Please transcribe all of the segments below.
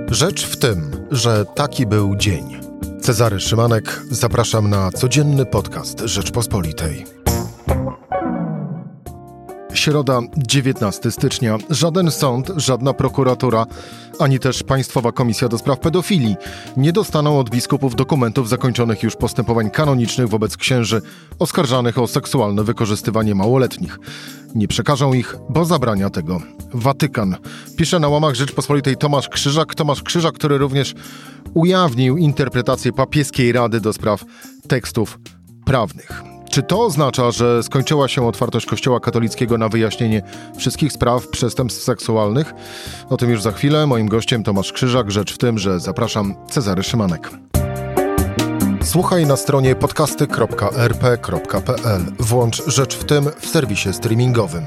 Rzecz w tym, że taki był dzień. Cezary Szymanek, zapraszam na codzienny podcast Rzeczpospolitej. Środa, 19 stycznia. Żaden sąd, żadna prokuratura, ani też Państwowa Komisja do Spraw Pedofilii nie dostaną od biskupów dokumentów zakończonych już postępowań kanonicznych wobec księży oskarżanych o seksualne wykorzystywanie małoletnich. Nie przekażą ich, bo zabrania tego Watykan. Pisze na łamach Rzeczpospolitej Tomasz Krzyżak, który również ujawnił interpretację papieskiej Rady do Spraw Tekstów Prawnych. Czy to oznacza, że skończyła się otwartość Kościoła katolickiego na wyjaśnienie wszystkich spraw przestępstw seksualnych? O tym już za chwilę. Moim gościem Tomasz Krzyżak. Rzecz w tym, że zapraszam, Cezary Szymanek. Słuchaj na stronie podcasty.rp.pl. Włącz Rzecz w tym w serwisie streamingowym.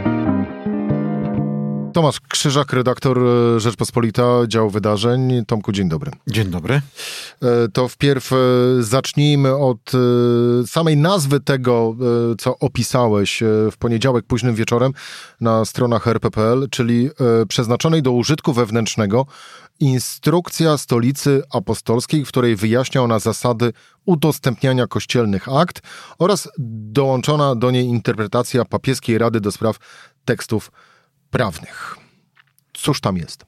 Tomasz Krzyżak, redaktor Rzeczpospolita, dział wydarzeń. Tomku, dzień dobry. Dzień dobry. To wpierw zacznijmy od samej nazwy tego, co opisałeś w poniedziałek późnym wieczorem na stronach rp.pl, czyli przeznaczonej do użytku wewnętrznego instrukcja Stolicy Apostolskiej, w której wyjaśnia ona zasady udostępniania kościelnych akt oraz dołączona do niej interpretacja papieskiej Rady do Spraw Tekstów Prawnych. Cóż tam jest?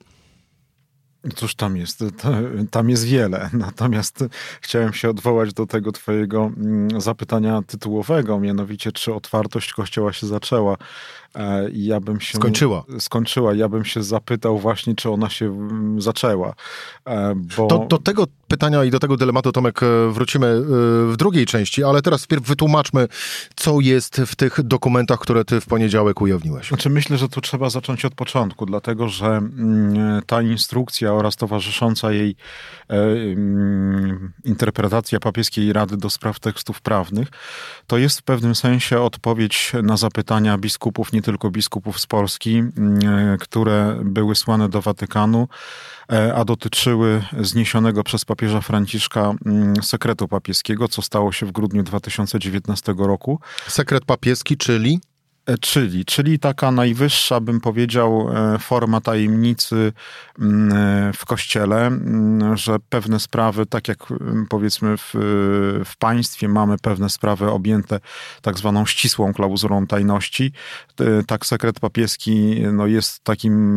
Cóż tam jest? Tam jest wiele. Natomiast chciałem się odwołać do tego twojego zapytania tytułowego, mianowicie czy otwartość Kościoła się zaczęła. Ja bym się... Skończyła. Ja bym się zapytał właśnie, czy ona się zaczęła. Bo... Do tego pytania i do tego dylematu, Tomek, wrócimy w drugiej części, ale teraz wpierw wytłumaczmy, co jest w tych dokumentach, które ty w poniedziałek ujawniłeś. Znaczy myślę, że tu trzeba zacząć od początku, dlatego że ta instrukcja oraz towarzysząca jej interpretacja papieskiej Rady do Spraw Tekstów Prawnych to jest w pewnym sensie odpowiedź na zapytania biskupów, nie tylko biskupów z Polski, które były słane do Watykanu, a dotyczyły zniesionego przez papieża Franciszka sekretu papieskiego, co stało się w grudniu 2019 roku. Sekret papieski, czyli? Czyli taka najwyższa, bym powiedział, forma tajemnicy w Kościele, że pewne sprawy, tak jak powiedzmy w państwie mamy pewne sprawy objęte tak zwaną ścisłą klauzulą tajności, tak sekret papieski jest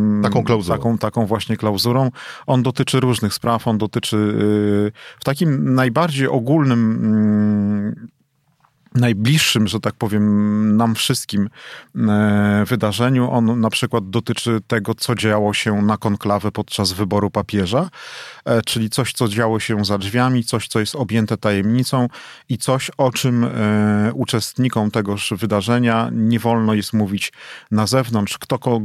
taką właśnie klauzulą. On dotyczy różnych spraw, on dotyczy w takim najbardziej ogólnym, najbliższym, że tak powiem, nam wszystkim wydarzeniu. On na przykład dotyczy tego, co działo się na konklawę podczas wyboru papieża, czyli coś, co działo się za drzwiami, coś, co jest objęte tajemnicą i coś, o czym uczestnikom tegoż wydarzenia nie wolno jest mówić na zewnątrz,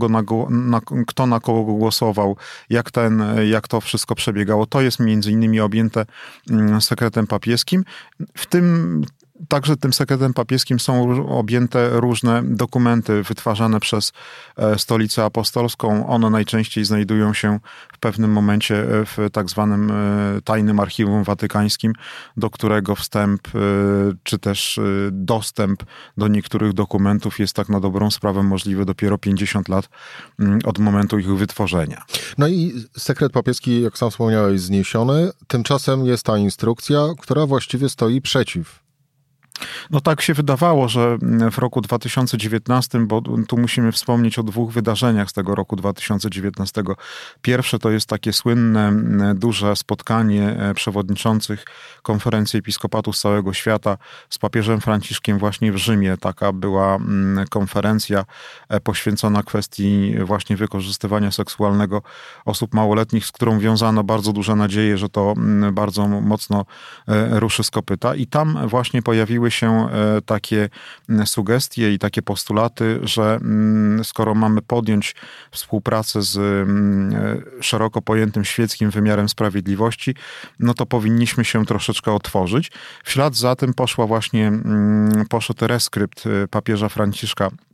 kto na kogo głosował, jak to wszystko przebiegało. To jest między innymi objęte sekretem papieskim. Także tym sekretem papieskim są objęte różne dokumenty wytwarzane przez Stolicę Apostolską. One najczęściej znajdują się w pewnym momencie w tak zwanym tajnym archiwum watykańskim, do którego wstęp czy też dostęp do niektórych dokumentów jest tak na dobrą sprawę możliwy dopiero 50 lat od momentu ich wytworzenia. No i sekret papieski, jak sam wspomniałeś, zniesiony. Tymczasem jest ta instrukcja, która właściwie stoi przeciw. No tak się wydawało, że w roku 2019, bo tu musimy wspomnieć o dwóch wydarzeniach z tego roku 2019. Pierwsze to jest takie słynne, duże spotkanie przewodniczących konferencji episkopatu z całego świata z papieżem Franciszkiem właśnie w Rzymie. Taka była konferencja poświęcona kwestii właśnie wykorzystywania seksualnego osób małoletnich, z którą wiązano bardzo duże nadzieje, że to bardzo mocno ruszy z kopyta. I tam właśnie pojawiły się takie sugestie i takie postulaty, że skoro mamy podjąć współpracę z szeroko pojętym świeckim wymiarem sprawiedliwości, no to powinniśmy się troszeczkę otworzyć. W ślad za tym poszedł reskrypt papieża Franciszka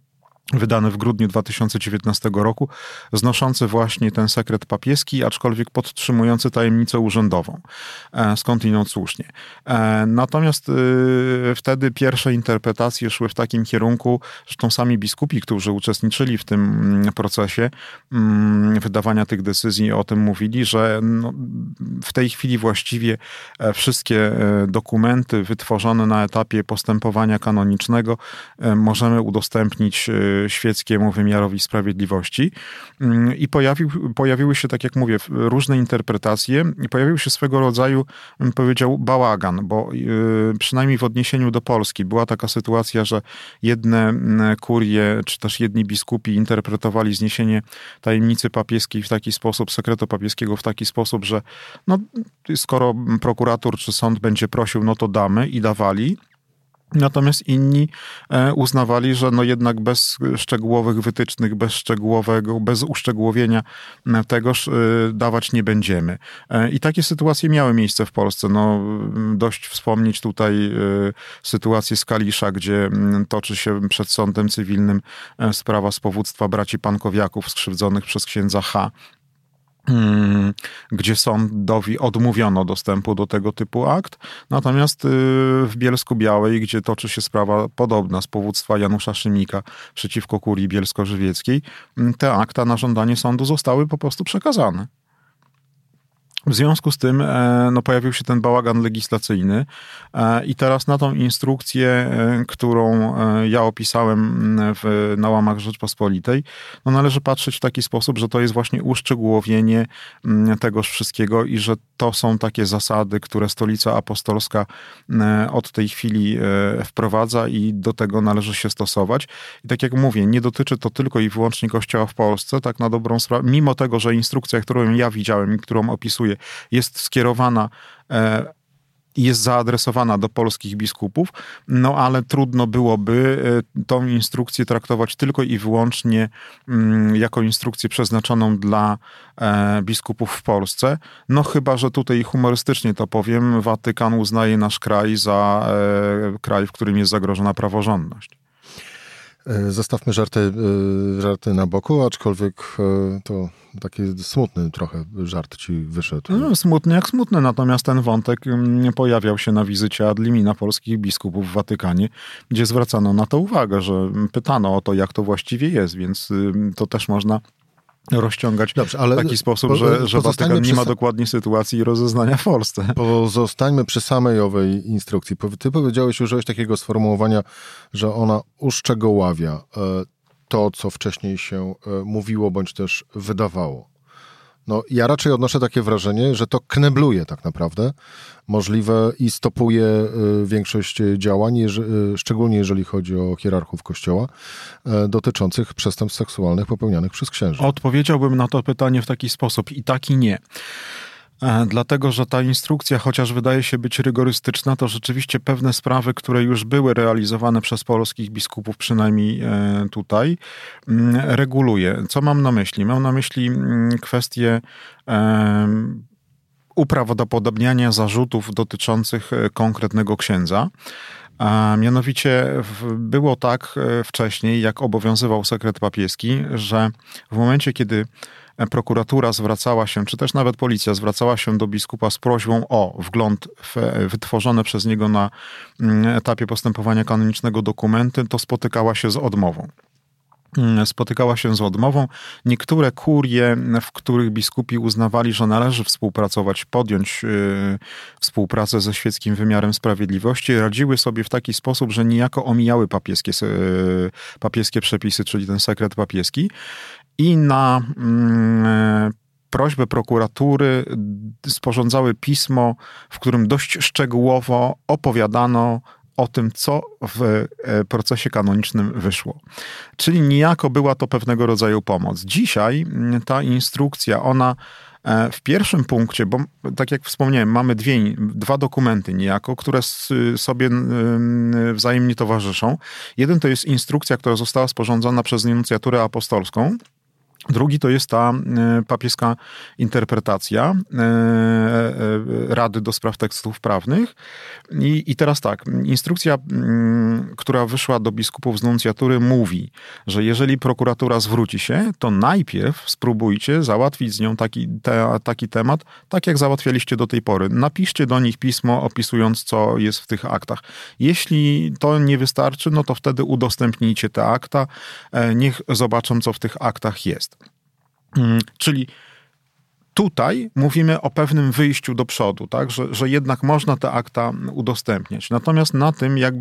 wydany w grudniu 2019 roku, znoszący właśnie ten sekret papieski, aczkolwiek podtrzymujący tajemnicę urzędową. Skądinąd słusznie. Natomiast wtedy pierwsze interpretacje szły w takim kierunku, zresztą sami biskupi, którzy uczestniczyli w tym procesie wydawania tych decyzji, o tym mówili, że w tej chwili właściwie wszystkie dokumenty wytworzone na etapie postępowania kanonicznego możemy udostępnić świeckiemu wymiarowi sprawiedliwości. I pojawiły się, tak jak mówię, różne interpretacje i pojawił się swego rodzaju, bym powiedział, bałagan, bo przynajmniej w odniesieniu do Polski była taka sytuacja, że jedne kurie, czy też jedni biskupi interpretowali zniesienie tajemnicy papieskiej w taki sposób, sekretu papieskiego w taki sposób, że skoro prokurator czy sąd będzie prosił, no to damy i dawali. Natomiast inni uznawali, że jednak bez szczegółowych wytycznych, bez uszczegółowienia tegoż dawać nie będziemy. I takie sytuacje miały miejsce w Polsce. Dość wspomnieć tutaj sytuację z Kalisza, gdzie toczy się przed sądem cywilnym sprawa z powództwa braci Pankowiaków skrzywdzonych przez księdza H., gdzie sądowi odmówiono dostępu do tego typu akt. Natomiast w Bielsku-Białej, gdzie toczy się sprawa podobna z powództwa Janusza Szymika przeciwko kurii bielsko-żywieckiej, te akta na żądanie sądu zostały po prostu przekazane. W związku z tym pojawił się ten bałagan legislacyjny i teraz na tą instrukcję, którą ja opisałem na łamach Rzeczpospolitej, należy patrzeć w taki sposób, że to jest właśnie uszczegółowienie tegoż wszystkiego i że to są takie zasady, które Stolica Apostolska od tej chwili wprowadza i do tego należy się stosować. I tak jak mówię, nie dotyczy to tylko i wyłącznie Kościoła w Polsce, tak na dobrą sprawę, mimo tego, że instrukcja, którą ja widziałem i którą opisuję, jest skierowana i jest zaadresowana do polskich biskupów, ale trudno byłoby tą instrukcję traktować tylko i wyłącznie jako instrukcję przeznaczoną dla biskupów w Polsce. Chyba że tutaj humorystycznie to powiem, Watykan uznaje nasz kraj za kraj, w którym jest zagrożona praworządność. Zostawmy żarty na boku, aczkolwiek to taki smutny trochę żart ci wyszedł. Smutny jak smutny, natomiast ten wątek pojawiał się na wizycie ad limina polskich biskupów w Watykanie, gdzie zwracano na to uwagę, że pytano o to, jak to właściwie jest, więc to też można rozciągać w taki sposób, że Watykan nie ma dokładnie sytuacji i rozeznania w Polsce. Pozostańmy przy samej owej instrukcji. Ty użyłeś takiego sformułowania, że ona uszczegóławia to, co wcześniej się mówiło, bądź też wydawało. Ja raczej odnoszę takie wrażenie, że to knebluje tak naprawdę możliwe i stopuje większość działań, szczególnie jeżeli chodzi o hierarchów Kościoła, dotyczących przestępstw seksualnych popełnianych przez księży. Odpowiedziałbym na to pytanie w taki sposób i tak i nie. Dlatego, że ta instrukcja, chociaż wydaje się być rygorystyczna, to rzeczywiście pewne sprawy, które już były realizowane przez polskich biskupów, przynajmniej tutaj, reguluje. Co mam na myśli? Mam na myśli kwestię uprawdopodobniania zarzutów dotyczących konkretnego księdza. A mianowicie było tak wcześniej, jak obowiązywał sekret papieski, że w momencie, kiedy prokuratura zwracała się, czy też nawet policja zwracała się do biskupa z prośbą o wgląd w wytworzone przez niego na etapie postępowania kanonicznego dokumenty, to spotykała się z odmową. Niektóre kurie, w których biskupi uznawali, że należy współpracować, podjąć współpracę ze świeckim wymiarem sprawiedliwości, radziły sobie w taki sposób, że niejako omijały papieskie przepisy, czyli ten sekret papieski i na prośbę prokuratury sporządzały pismo, w którym dość szczegółowo opowiadano o tym, co w procesie kanonicznym wyszło. Czyli niejako była to pewnego rodzaju pomoc. Dzisiaj ta instrukcja, ona w pierwszym punkcie, bo tak jak wspomniałem, mamy dwa dokumenty niejako, które sobie wzajemnie towarzyszą. Jeden to jest instrukcja, która została sporządzona przez nuncjaturę apostolską, Drugi to jest ta papieska interpretacja Rady do Spraw Tekstów Prawnych. I teraz tak, instrukcja, która wyszła do biskupów z nuncjatury, mówi, że jeżeli prokuratura zwróci się, to najpierw spróbujcie załatwić z nią taki temat, tak jak załatwialiście do tej pory. Napiszcie do nich pismo opisując, co jest w tych aktach. Jeśli to nie wystarczy, no to wtedy udostępnijcie te akta, niech zobaczą, co w tych aktach jest. Czyli tutaj mówimy o pewnym wyjściu do przodu, tak? Że jednak można te akta udostępniać. Natomiast na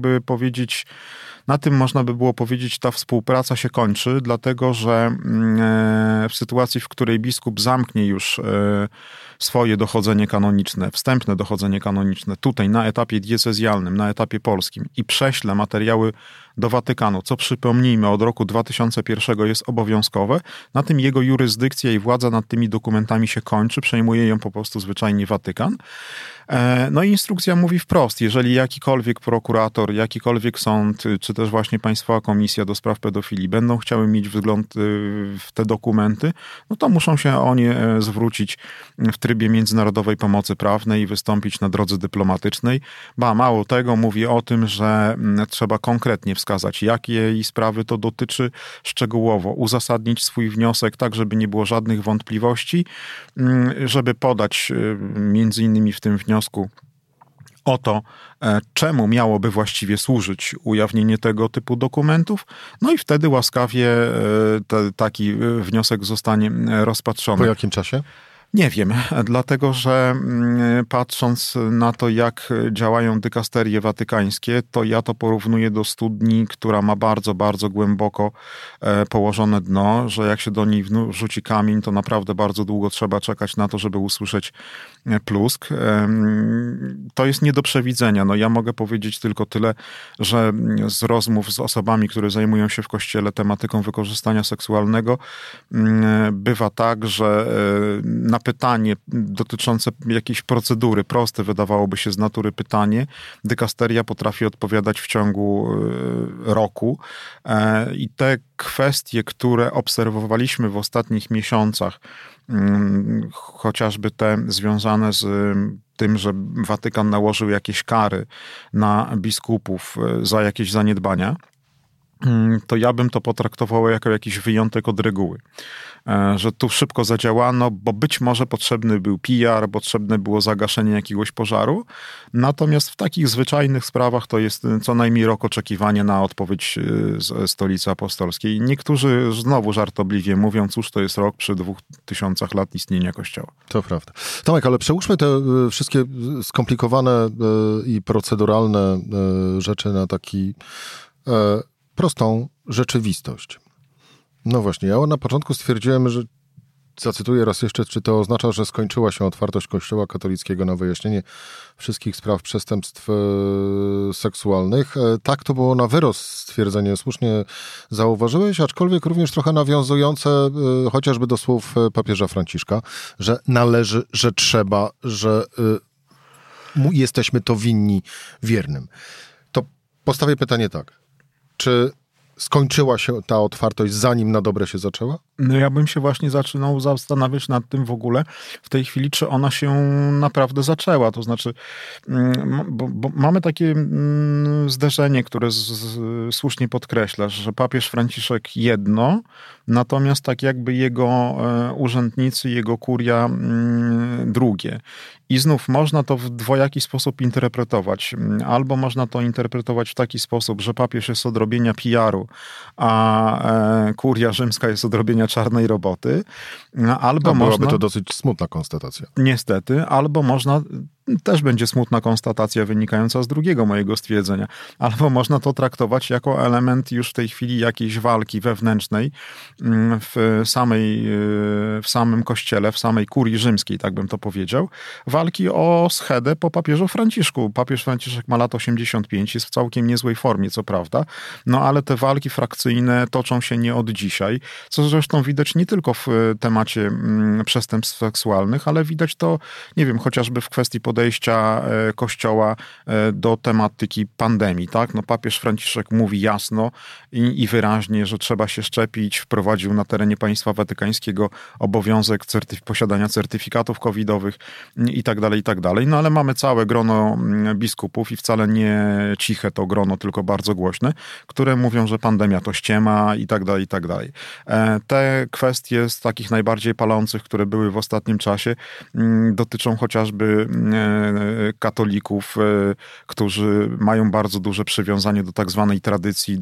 tym można by było powiedzieć, ta współpraca się kończy, dlatego że w sytuacji, w której biskup zamknie już swoje dochodzenie kanoniczne, wstępne dochodzenie kanoniczne tutaj na etapie diecezjalnym, na etapie polskim i prześle materiały do Watykanu, co przypomnijmy od roku 2001 jest obowiązkowe, na tym jego jurysdykcja i władza nad tymi dokumentami się kończy, przejmuje ją po prostu zwyczajnie Watykan. No i instrukcja mówi wprost, jeżeli jakikolwiek prokurator, jakikolwiek sąd, czy też właśnie Państwowa Komisja do Spraw Pedofilii będą chciały mieć wgląd w te dokumenty, no to muszą się o nie zwrócić w trybie międzynarodowej pomocy prawnej i wystąpić na drodze dyplomatycznej. Mało tego, mówi o tym, że trzeba konkretnie wskazać, jakiej sprawy to dotyczy, szczegółowo uzasadnić swój wniosek, tak żeby nie było żadnych wątpliwości, żeby podać między innymi w tym wniosku o to, czemu miałoby właściwie służyć ujawnienie tego typu dokumentów, no i wtedy łaskawie taki wniosek zostanie rozpatrzony. Po jakim czasie? Nie wiem, dlatego że patrząc na to, jak działają dykasterie watykańskie, to ja to porównuję do studni, która ma bardzo, bardzo głęboko położone dno, że jak się do niej wrzuci kamień, to naprawdę bardzo długo trzeba czekać na to, żeby usłyszeć plusk. To jest nie do przewidzenia. No ja mogę powiedzieć tylko tyle, że z rozmów z osobami, które zajmują się w Kościele tematyką wykorzystania seksualnego, bywa tak, że na pytanie dotyczące jakiejś procedury, proste wydawałoby się z natury pytanie, dykasteria potrafi odpowiadać w ciągu roku i te kwestie, które obserwowaliśmy w ostatnich miesiącach, chociażby te związane z tym, że Watykan nałożył jakieś kary na biskupów za jakieś zaniedbania, to ja bym to potraktował jako jakiś wyjątek od reguły. Że tu szybko zadziałano, bo być może potrzebny był PR, potrzebne było zagaszenie jakiegoś pożaru. Natomiast w takich zwyczajnych sprawach to jest co najmniej rok oczekiwania na odpowiedź z Stolicy Apostolskiej. Niektórzy znowu żartobliwie mówią, cóż to jest rok przy 2000 lat istnienia Kościoła. To prawda. Tomek, ale przełóżmy te wszystkie skomplikowane i proceduralne rzeczy na taki prostą rzeczywistość. No właśnie, ja na początku stwierdziłem, że zacytuję raz jeszcze, czy to oznacza, że skończyła się otwartość Kościoła katolickiego na wyjaśnienie wszystkich spraw przestępstw seksualnych. Tak, to było na wyrost stwierdzenie, słusznie zauważyłeś, aczkolwiek również trochę nawiązujące chociażby do słów papieża Franciszka, że należy, że trzeba, że jesteśmy to winni wiernym. To postawię pytanie tak. Czy skończyła się ta otwartość, zanim na dobre się zaczęła? No ja bym się właśnie zaczynał zastanawiać nad tym w ogóle w tej chwili, czy ona się naprawdę zaczęła. To znaczy, bo mamy takie zderzenie, które słusznie podkreślasz, że papież Franciszek jedno, natomiast tak jakby jego urzędnicy, jego kuria drugie. I znów można to w dwojaki sposób interpretować. Albo można to interpretować w taki sposób, że papież jest od robienia PR-u, a kuria rzymska jest od robienia czarnej roboty. Albo byłaby to dosyć smutna konstatacja. Niestety, albo można, też będzie smutna konstatacja wynikająca z drugiego mojego stwierdzenia, albo można to traktować jako element już w tej chwili jakiejś walki wewnętrznej w samym Kościele, w samej kurii rzymskiej, tak bym to powiedział, walki o schedę po papieżu Franciszku. Papież Franciszek ma lat 85, jest w całkiem niezłej formie, co prawda, no ale te walki frakcyjne toczą się nie od dzisiaj, co zresztą widać nie tylko w temacie przestępstw seksualnych, ale widać to, nie wiem, chociażby w kwestii podejścia Kościoła do tematyki pandemii, tak? No papież Franciszek mówi jasno i wyraźnie, że trzeba się szczepić, wprowadził na terenie państwa watykańskiego obowiązek posiadania certyfikatów covidowych i tak dalej, i tak dalej. No ale mamy całe grono biskupów i wcale nie ciche to grono, tylko bardzo głośne, które mówią, że pandemia to ściema i tak dalej, i tak dalej. Te kwestie z takich najbardziej palących, które były w ostatnim czasie, dotyczą chociażby katolików, którzy mają bardzo duże przywiązanie do tak zwanej tradycji,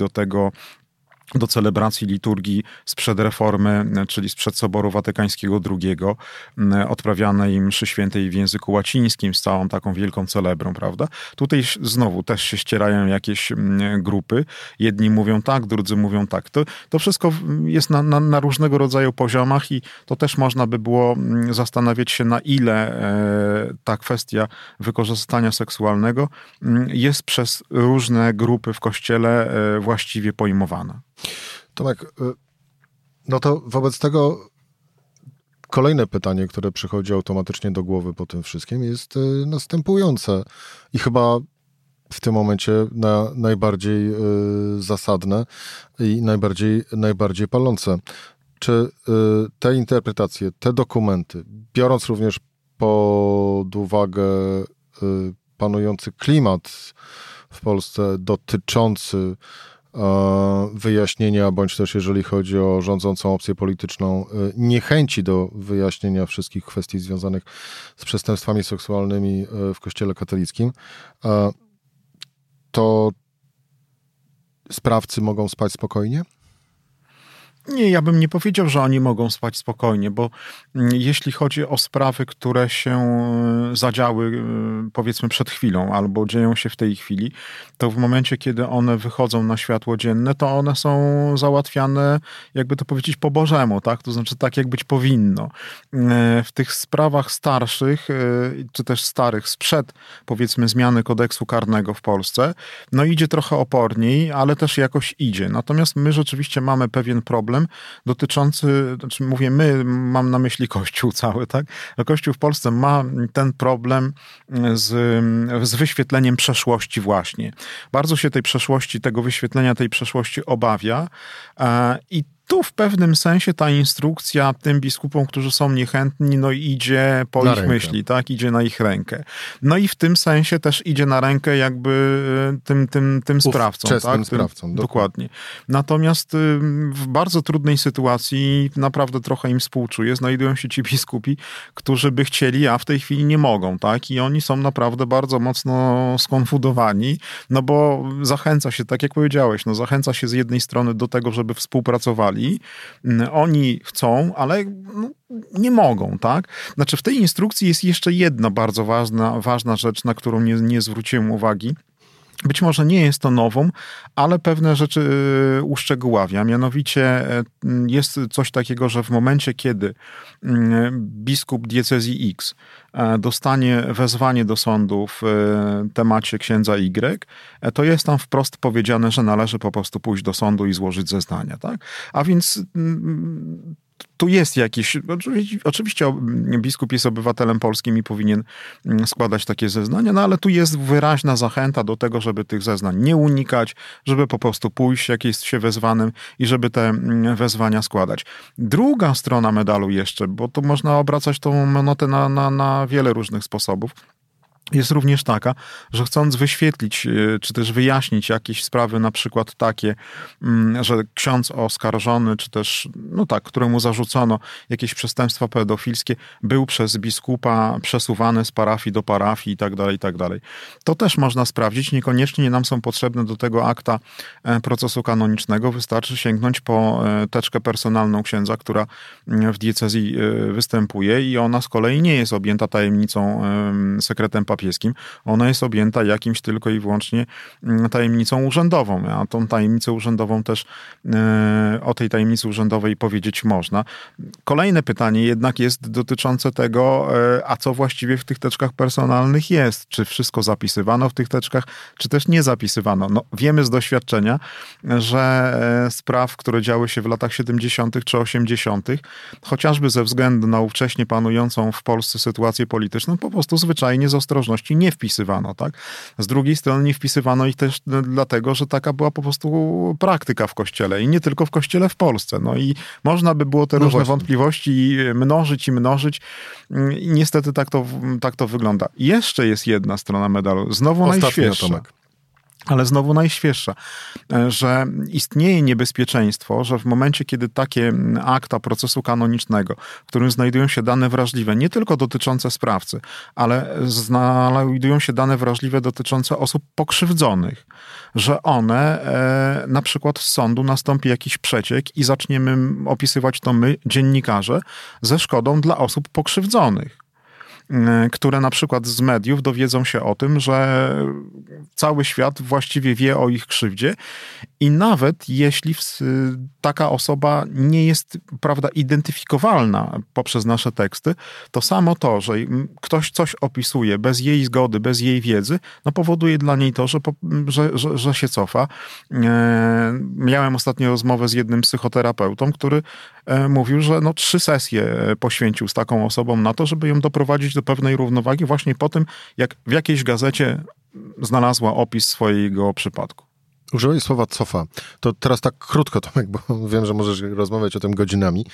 do celebracji liturgii sprzed reformy, czyli sprzed Soboru Watykańskiego II, odprawianej mszy świętej w języku łacińskim z całą taką wielką celebrą, prawda? Tutaj znowu też się ścierają jakieś grupy. Jedni mówią tak, drudzy mówią tak. To wszystko jest na różnego rodzaju poziomach i to też można by było zastanawiać się, na ile ta kwestia wykorzystania seksualnego jest przez różne grupy w Kościele właściwie pojmowana. Tomek, no to wobec tego kolejne pytanie, które przychodzi automatycznie do głowy po tym wszystkim, jest następujące i chyba w tym momencie najbardziej zasadne i najbardziej palące. Czy te interpretacje, te dokumenty, biorąc również pod uwagę panujący klimat w Polsce dotyczący wyjaśnienia, bądź też jeżeli chodzi o rządzącą opcję polityczną, niechęci do wyjaśnienia wszystkich kwestii związanych z przestępstwami seksualnymi w Kościele katolickim, to sprawcy mogą spać spokojnie? Nie, ja bym nie powiedział, że oni mogą spać spokojnie, bo jeśli chodzi o sprawy, które się zadziały, powiedzmy, przed chwilą albo dzieją się w tej chwili, to w momencie, kiedy one wychodzą na światło dzienne, to one są załatwiane, jakby to powiedzieć, po Bożemu, tak? To znaczy tak, jak być powinno. W tych sprawach starszych, czy też starych, sprzed, powiedzmy, zmiany kodeksu karnego w Polsce, no idzie trochę oporniej, ale też jakoś idzie. Natomiast my rzeczywiście mamy pewien problem dotyczący, znaczy mówię my, mam na myśli Kościół cały, tak? Kościół w Polsce ma ten problem z wyświetleniem przeszłości właśnie. Bardzo się tej przeszłości, tego wyświetlenia tej przeszłości obawia i tu w pewnym sensie ta instrukcja tym biskupom, którzy są niechętni, no idzie po ich myśli, tak? Idzie na ich rękę. No i w tym sensie też idzie na rękę jakby tym sprawcom, tak? Sprawcom, dokładnie. Natomiast w bardzo trudnej sytuacji, naprawdę trochę im współczuję, znajdują się ci biskupi, którzy by chcieli, a w tej chwili nie mogą, tak? I oni są naprawdę bardzo mocno skonfudowani, no bo zachęca się, tak jak powiedziałeś, no zachęca się z jednej strony do tego, żeby współpracowali. Oni chcą, ale nie mogą, tak? Znaczy w tej instrukcji jest jeszcze jedna bardzo ważna rzecz, na którą nie zwróciłem uwagi. Być może nie jest to nową, ale pewne rzeczy uszczegóławia. Mianowicie jest coś takiego, że w momencie, kiedy biskup diecezji X dostanie wezwanie do sądu w temacie księdza Y, to jest tam wprost powiedziane, że należy po prostu pójść do sądu i złożyć zeznania, tak? A więc tu jest jakiś, oczywiście biskup jest obywatelem polskim i powinien składać takie zeznania, no ale tu jest wyraźna zachęta do tego, żeby tych zeznań nie unikać, żeby po prostu pójść, jak jest się wezwanym i żeby te wezwania składać. Druga strona medalu jeszcze, bo tu można obracać tą monetę na wiele różnych sposobów, jest również taka, że chcąc wyświetlić, czy też wyjaśnić jakieś sprawy, na przykład takie, że ksiądz oskarżony, czy też, no tak, któremu zarzucono jakieś przestępstwa pedofilskie, był przez biskupa przesuwany z parafii do parafii i tak dalej. To też można sprawdzić. Niekoniecznie nam są potrzebne do tego akta procesu kanonicznego. Wystarczy sięgnąć po teczkę personalną księdza, która w diecezji występuje i ona z kolei nie jest objęta tajemnicą, sekretem papieskim, ona jest objęta jakimś tylko i wyłącznie tajemnicą urzędową, a tą tajemnicę urzędową też o tej tajemnicy urzędowej powiedzieć można. Kolejne pytanie jednak jest dotyczące tego, a co właściwie w tych teczkach personalnych jest? Czy wszystko zapisywano w tych teczkach, czy też nie zapisywano? No, wiemy z doświadczenia, że spraw, które działy się w latach 70. czy 80., chociażby ze względu na ówcześnie panującą w Polsce sytuację polityczną, po prostu zwyczajnie z ostrożności nie wpisywano, tak? Z drugiej strony nie wpisywano ich też dlatego, że taka była po prostu praktyka w Kościele i nie tylko w Kościele w Polsce. No i można by było te różne wątpliwości mnożyć i mnożyć. I niestety tak to wygląda. Jeszcze jest jedna strona medalu, znowu najświeższa. Ale znowu najświeższa, że istnieje niebezpieczeństwo, że w momencie, kiedy takie akta procesu kanonicznego, w którym znajdują się dane wrażliwe, nie tylko dotyczące sprawcy, ale znajdują się dane wrażliwe dotyczące osób pokrzywdzonych, że one, na przykład z sądu nastąpi jakiś przeciek i zaczniemy opisywać to my, dziennikarze, ze szkodą dla osób pokrzywdzonych, które na przykład z mediów dowiedzą się o tym, że cały świat właściwie wie o ich krzywdzie i nawet jeśli taka osoba nie jest, prawda, identyfikowalna poprzez nasze teksty, to samo to, że ktoś coś opisuje bez jej zgody, bez jej wiedzy, no powoduje dla niej to, że się cofa. Miałem ostatnio rozmowę z jednym psychoterapeutą, który mówił, że 3 sesje poświęcił z taką osobą na to, żeby ją doprowadzić do pewnej równowagi właśnie po tym, jak w jakiejś gazecie znalazła opis swojego przypadku. Użyłeś słowa cofa. To teraz tak krótko, Tomek, bo wiem, że możesz rozmawiać o tym godzinami,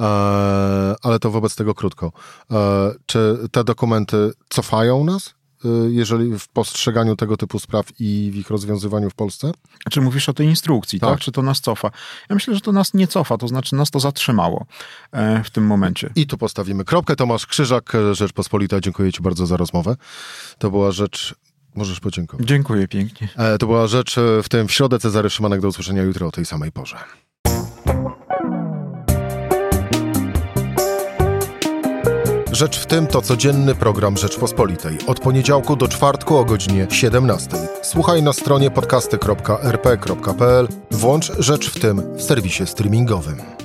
ale to wobec tego krótko. Czy te dokumenty cofają nas, jeżeli w postrzeganiu tego typu spraw i w ich rozwiązywaniu w Polsce? Czy mówisz o tej instrukcji, tak? Czy to nas cofa? Ja myślę, że to nas nie cofa, to znaczy nas to zatrzymało w tym momencie. I tu postawimy kropkę. Tomasz Krzyżak, Rzeczpospolita, dziękuję Ci bardzo za rozmowę. To była rzecz... Możesz podziękować. Dziękuję pięknie. To była rzecz w tym w środę. Cezary Szymanek, do usłyszenia jutro o tej samej porze. Rzecz w tym to codzienny program Rzeczpospolitej. Od poniedziałku do czwartku o godzinie 17. Słuchaj na stronie podcasty.rp.pl. Włącz Rzecz w tym w serwisie streamingowym.